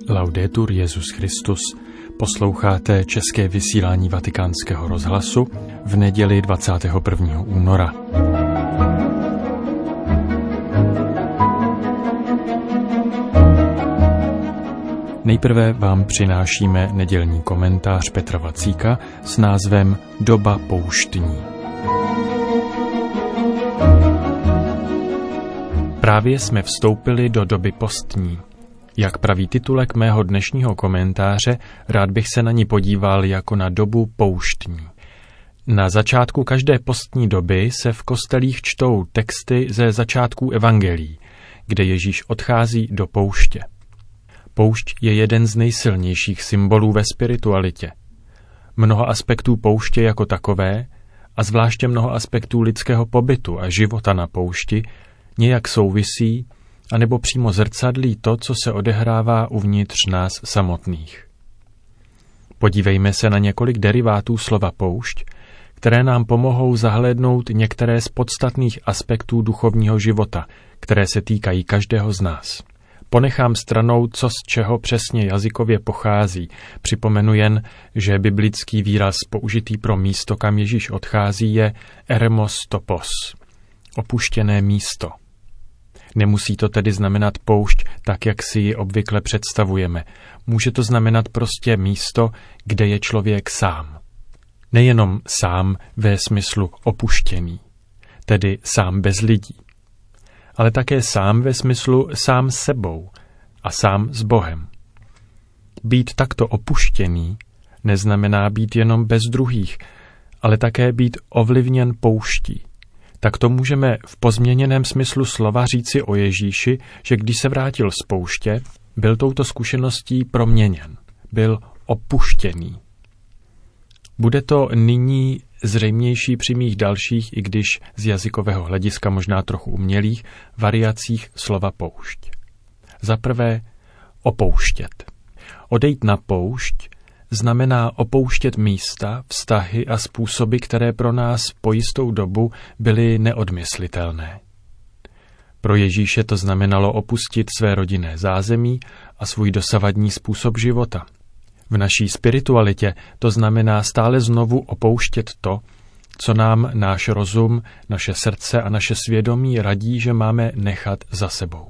Laudetur Jesus Christus. Posloucháte české vysílání Vatikánského rozhlasu v neděli 21. února. Nejprve vám přinášíme nedělní komentář Petra Vacíka s názvem Doba pouštní. Právě jsme vstoupili do doby postní. Jak praví titulek mého dnešního komentáře, rád bych se na ní podíval jako na dobu pouštní. Na začátku každé postní doby se v kostelích čtou texty ze začátků evangelií, kde Ježíš odchází do pouště. Poušť je jeden z nejsilnějších symbolů ve spiritualitě. Mnoho aspektů pouště jako takové, a zvláště mnoho aspektů lidského pobytu a života na poušti, nějak souvisí, anebo přímo zrcadlí to, co se odehrává uvnitř nás samotných. Podívejme se na několik derivátů slova poušť, které nám pomohou zahlédnout některé z podstatných aspektů duchovního života, které se týkají každého z nás. Ponechám stranou, co z čeho přesně jazykově pochází. Připomenu jen, že biblický výraz použitý pro místo, kam Ježíš odchází, je ermos topos, opuštěné místo. Nemusí to tedy znamenat poušť, tak jak si ji obvykle představujeme. Může to znamenat prostě místo, kde je člověk sám. Nejenom sám ve smyslu opuštěný, tedy sám bez lidí, ale také sám ve smyslu sám sebou a sám s Bohem. Být takto opuštěný neznamená být jenom bez druhých, ale také být ovlivněn pouští. Tak to můžeme v pozměněném smyslu slova říci o Ježíši, že když se vrátil z pouště, byl touto zkušeností proměněn, byl opuštěný. Bude to nyní zřejmější při mých dalších, i když z jazykového hlediska možná trochu umělých, variacích slova poušť. Za prvé, opouštět. Odejít na poušť znamená opouštět místa, vztahy a způsoby, které pro nás po jistou dobu byly neodmyslitelné. Pro Ježíše to znamenalo opustit své rodinné zázemí a svůj dosavadní způsob života. V naší spiritualitě to znamená stále znovu opouštět to, co nám náš rozum, naše srdce a naše svědomí radí, že máme nechat za sebou.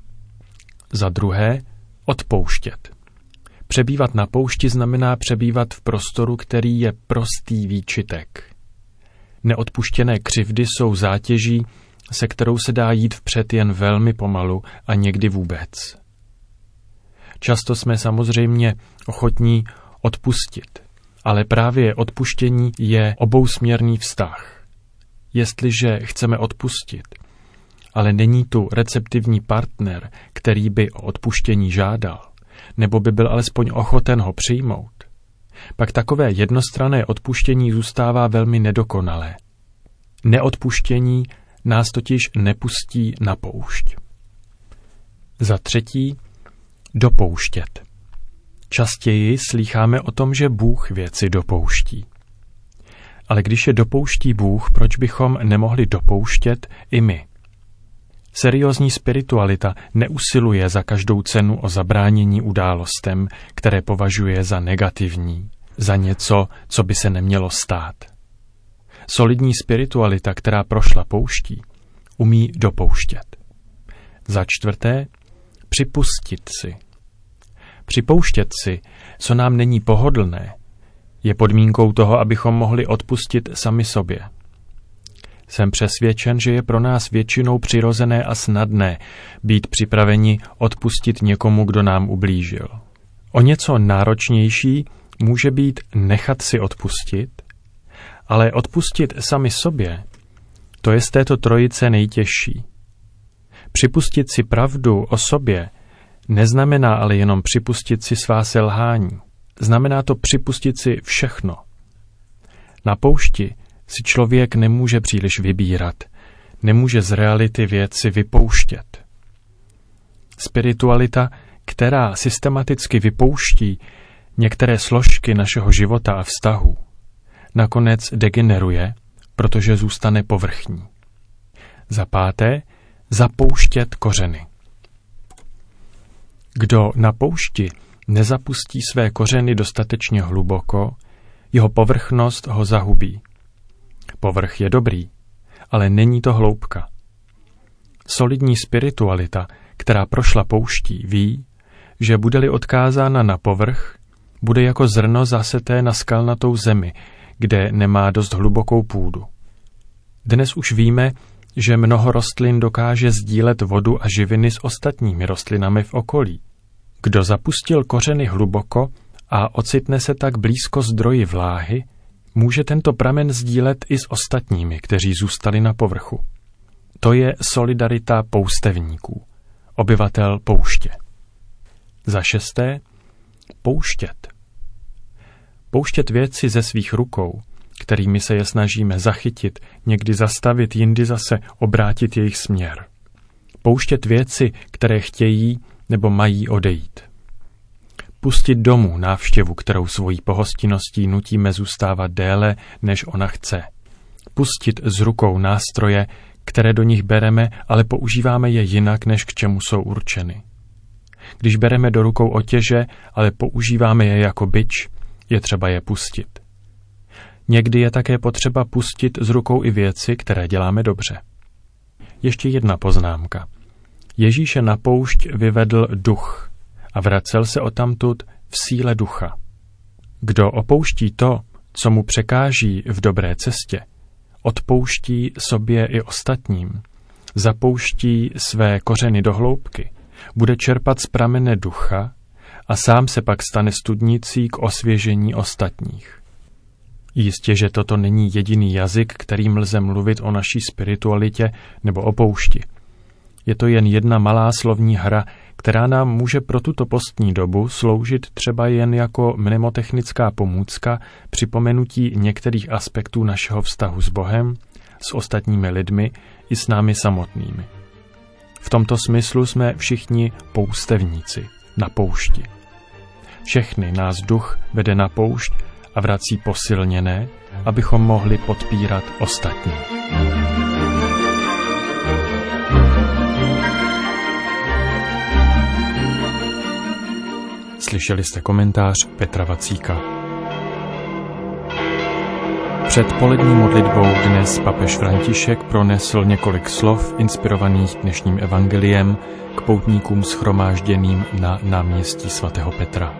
Za druhé, odpouštět. Přebývat na poušti znamená přebývat v prostoru, který je prostý výčitek. Neodpuštěné křivdy jsou zátěží, se kterou se dá jít vpřed jen velmi pomalu a někdy vůbec. Často jsme samozřejmě ochotní odpustit, ale právě odpuštění je obousměrný vztah. Jestliže chceme odpustit, ale není tu receptivní partner, který by o odpuštění žádal, nebo by byl alespoň ochoten ho přijmout, pak takové jednostranné odpuštění zůstává velmi nedokonalé. Neodpuštění nás totiž nepustí na poušť. Za třetí, dopouštět. Častěji slýcháme o tom, že Bůh věci dopouští. Ale když je dopouští Bůh, proč bychom nemohli dopouštět i my? Seriózní spiritualita neusiluje za každou cenu o zabránění událostem, které považuje za negativní, za něco, co by se nemělo stát. Solidní spiritualita, která prošla pouští, umí dopouštět. Za čtvrté, připustit si. Připouštět si, co nám není pohodlné, je podmínkou toho, abychom mohli odpustit sami sobě. Jsem přesvědčen, že je pro nás většinou přirozené a snadné být připraveni odpustit někomu, kdo nám ublížil. O něco náročnější může být nechat si odpustit, ale odpustit sami sobě, to je z této trojice nejtěžší. Připustit si pravdu o sobě neznamená ale jenom připustit si svá selhání. Znamená to připustit si všechno. Na poušti si člověk nemůže příliš vybírat, nemůže z reality věci vypouštět. Spiritualita, která systematicky vypouští některé složky našeho života a vztahů, nakonec degeneruje, protože zůstane povrchní. Za páté, zapouštět kořeny. Kdo na poušti nezapustí své kořeny dostatečně hluboko, jeho povrchnost ho zahubí. Povrch je dobrý, ale není to hloubka. Solidní spiritualita, která prošla pouští, ví, že bude-li odkázána na povrch, bude jako zrno zaseté na skalnatou zemi, kde nemá dost hlubokou půdu. Dnes už víme, že mnoho rostlin dokáže sdílet vodu a živiny s ostatními rostlinami v okolí. Kdo zapustil kořeny hluboko a ocitne se tak blízko zdroji vláhy, může tento pramen sdílet i s ostatními, kteří zůstali na povrchu. To je solidarita poustevníků, obyvatel pouště. Za 6. Pouštět. Pouštět věci ze svých rukou, kterými se je snažíme zachytit, někdy zastavit, jindy zase obrátit jejich směr. Pouštět věci, které chtějí nebo mají odejít. Pustit domů návštěvu, kterou svojí pohostinností nutíme zůstávat déle, než ona chce. Pustit z rukou nástroje, které do nich bereme, ale používáme je jinak, než k čemu jsou určeny. Když bereme do rukou otěže, ale používáme je jako bič, je třeba je pustit. Někdy je také potřeba pustit z rukou i věci, které děláme dobře. Ještě jedna poznámka. Ježíše na poušť vyvedl duch a vracel se odtamtud v síle ducha. Kdo opouští to, co mu překáží v dobré cestě, odpouští sobě i ostatním, zapouští své kořeny do hloubky, bude čerpat z pramene ducha a sám se pak stane studnicí k osvěžení ostatních. Jistě, že toto není jediný jazyk, kterým lze mluvit o naší spiritualitě nebo o poušti. Je to jen jedna malá slovní hra, která nám může pro tuto postní dobu sloužit třeba jen jako mnemotechnická pomůcka připomenutí některých aspektů našeho vztahu s Bohem, s ostatními lidmi i s námi samotnými. V tomto smyslu jsme všichni poustevníci na poušti. Všechny nás duch vede na poušť a vrací posilněné, abychom mohli podpírat ostatní. Slyšeli jste komentář Petra Vacíka. Před polední modlitbou dnes papež František pronesl několik slov inspirovaných dnešním evangeliem k poutníkům shromážděným na náměstí svatého Petra.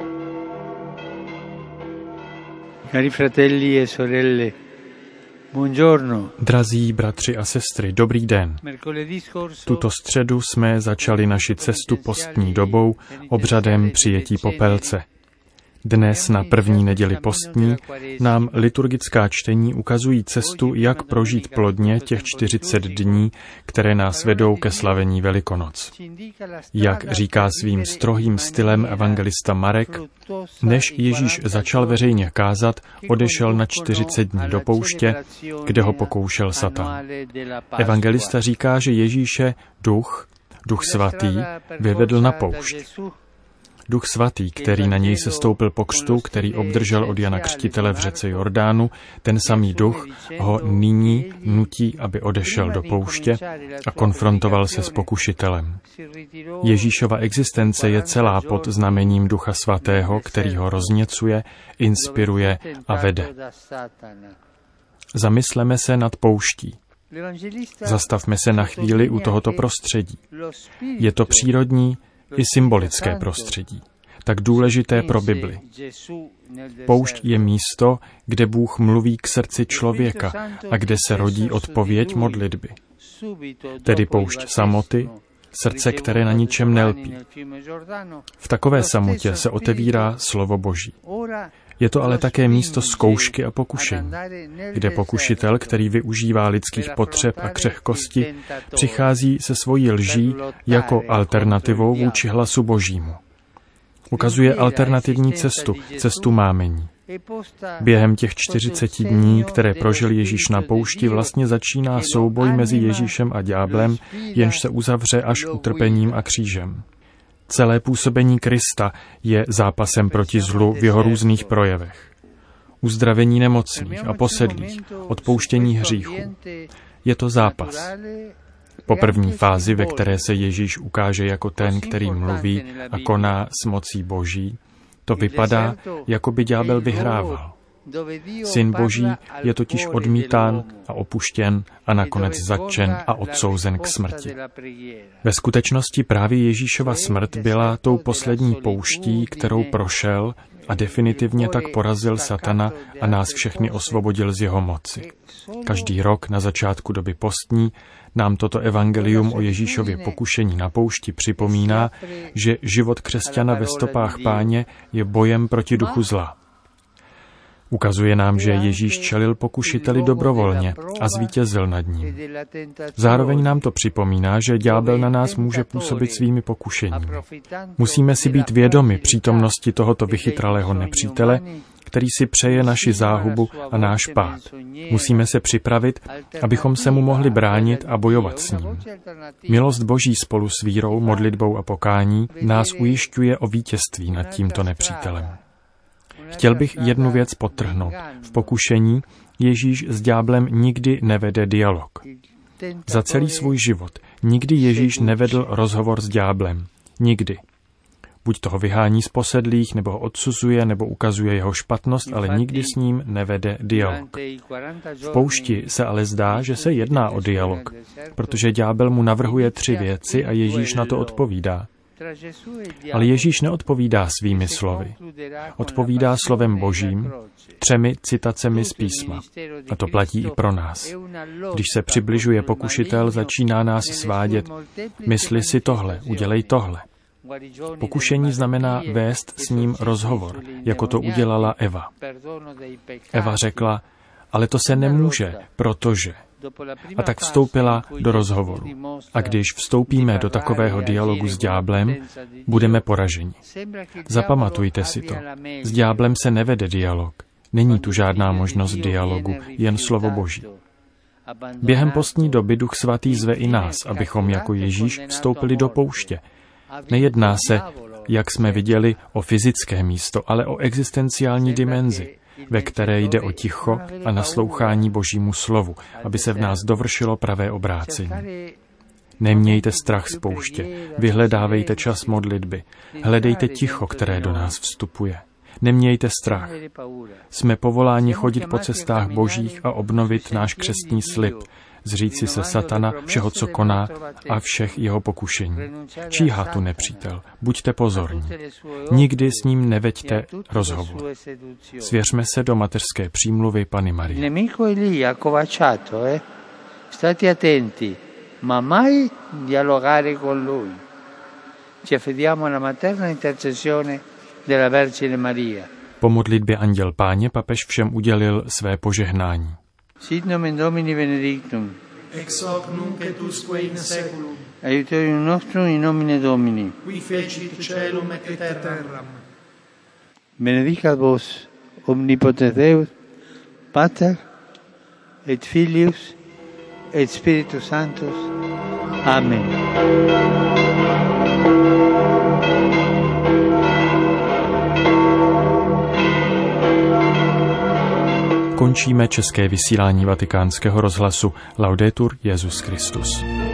Cari fratelli e sorelle, buongiorno. Drazí bratři a sestry, dobrý den. Tuto středu jsme začali naši cestu postní dobou obřadem přijetí popelce. Dnes na první neděli postní nám liturgická čtení ukazují cestu, jak prožít plodně těch 40 dní, které nás vedou ke slavení Velikonoc. Jak říká svým strohým stylem evangelista Marek, než Ježíš začal veřejně kázat, odešel na 40 dní do pouště, kde ho pokoušel Satan. Evangelista říká, že Ježíše Duch Svatý, vyvedl na poušť. Duch Svatý, který na něj sestoupil po křtu, který obdržel od Jana Křtitele v řece Jordánu, ten samý duch ho nyní nutí, aby odešel do pouště a konfrontoval se s pokušitelem. Ježíšova existence je celá pod znamením Ducha Svatého, který ho rozněcuje, inspiruje a vede. Zamysleme se nad pouští. Zastavme se na chvíli u tohoto prostředí. Je to přírodní i symbolické prostředí, tak důležité pro Bibli. Poušť je místo, kde Bůh mluví k srdci člověka a kde se rodí odpověď modlitby. Tedy poušť samoty, srdce, které na ničem nelpí. V takové samotě se otevírá slovo Boží. Je to ale také místo zkoušky a pokušení, kde pokušitel, který využívá lidských potřeb a křehkosti, přichází se svojí lží jako alternativou vůči hlasu Božímu. Ukazuje alternativní cestu mámení. Během těch 40 dní, které prožil Ježíš na poušti, vlastně začíná souboj mezi Ježíšem a ďáblem, jenž se uzavře až utrpením a křížem. Celé působení Krista je zápasem proti zlu v jeho různých projevech. Uzdravení nemocných a posedlých, odpouštění hříchů. Je to zápas. Po první fázi, ve které se Ježíš ukáže jako ten, který mluví a koná s mocí Boží, to vypadá, jako by ďábel vyhrával. Syn Boží je totiž odmítán a opuštěn a nakonec zatčen a odsouzen k smrti. Ve skutečnosti právě Ježíšova smrt byla tou poslední pouští, kterou prošel a definitivně tak porazil satana a nás všechny osvobodil z jeho moci. Každý rok na začátku doby postní nám toto evangelium o Ježíšově pokušení na poušti připomíná, že život křesťana ve stopách Páně je bojem proti duchu zla. Ukazuje nám, že Ježíš čelil pokušiteli dobrovolně a zvítězil nad ním. Zároveň nám to připomíná, že ďábel na nás může působit svými pokušeními. Musíme si být vědomi přítomnosti tohoto vychytralého nepřítele, který si přeje naši záhubu a náš pád. Musíme se připravit, abychom se mu mohli bránit a bojovat s ním. Milost Boží spolu s vírou, modlitbou a pokání nás ujišťuje o vítězství nad tímto nepřítelem. Chtěl bych jednu věc podtrhnout. V pokušení Ježíš s ďáblem nikdy nevede dialog. Za celý svůj život nikdy Ježíš nevedl rozhovor s ďáblem. Nikdy. Buď toho vyhání z posedlých, nebo ho odsuzuje, nebo ukazuje jeho špatnost, ale nikdy s ním nevede dialog. V poušti se ale zdá, že se jedná o dialog, protože ďábel mu navrhuje 3 věci a Ježíš na to odpovídá. Ale Ježíš neodpovídá svými slovy. Odpovídá slovem Božím, 3 citacemi z písma. A to platí i pro nás. Když se přibližuje pokušitel, začíná nás svádět. Mysli si tohle, udělej tohle. Pokušení znamená vést s ním rozhovor, jako to udělala Eva. Eva řekla, ale to se nemůže, protože... A tak vstoupila do rozhovoru. A když vstoupíme do takového dialogu s ďáblem, budeme poraženi. Zapamatujte si to. S ďáblem se nevede dialog. Není tu žádná možnost dialogu, jen slovo Boží. Během postní doby Duch Svatý zve i nás, abychom jako Ježíš vstoupili do pouště. Nejedná se, jak jsme viděli, o fyzické místo, ale o existenciální dimenzi, ve které jde o ticho a naslouchání Božímu slovu, aby se v nás dovršilo pravé obrácení. Nemějte strach z pouště, vyhledávejte čas modlitby, hledejte ticho, které do nás vstupuje. Nemějte strach. Jsme povoláni chodit po cestách Božích a obnovit náš křestní slib, zříci se satana, všeho, co koná a všech jeho pokušení. Číhá tu nepřítel, buďte pozorní. Nikdy s ním neveďte rozhovor. Svěřme se do mateřské přímluvy Panny Marie. Nemico è lì accovacciato, State attenti, ma mai dialogare con lui. Ci affidiamo alla materna intercessione della Vergine Maria. Po modlitbě Anděl Páně papež všem udělil své požehnání. Sit nomen Domini benedictum. Ex hoc nunc et usque in seculum. Aiuterium nostrum in nomine Domini. Qui fecit caelum et terram. Benedicat vos omnipotens Deus, Pater et Filius et Spiritus Sanctus. Amen. Končíme české vysílání Vatikánského rozhlasu. Laudetur Jesus Christus.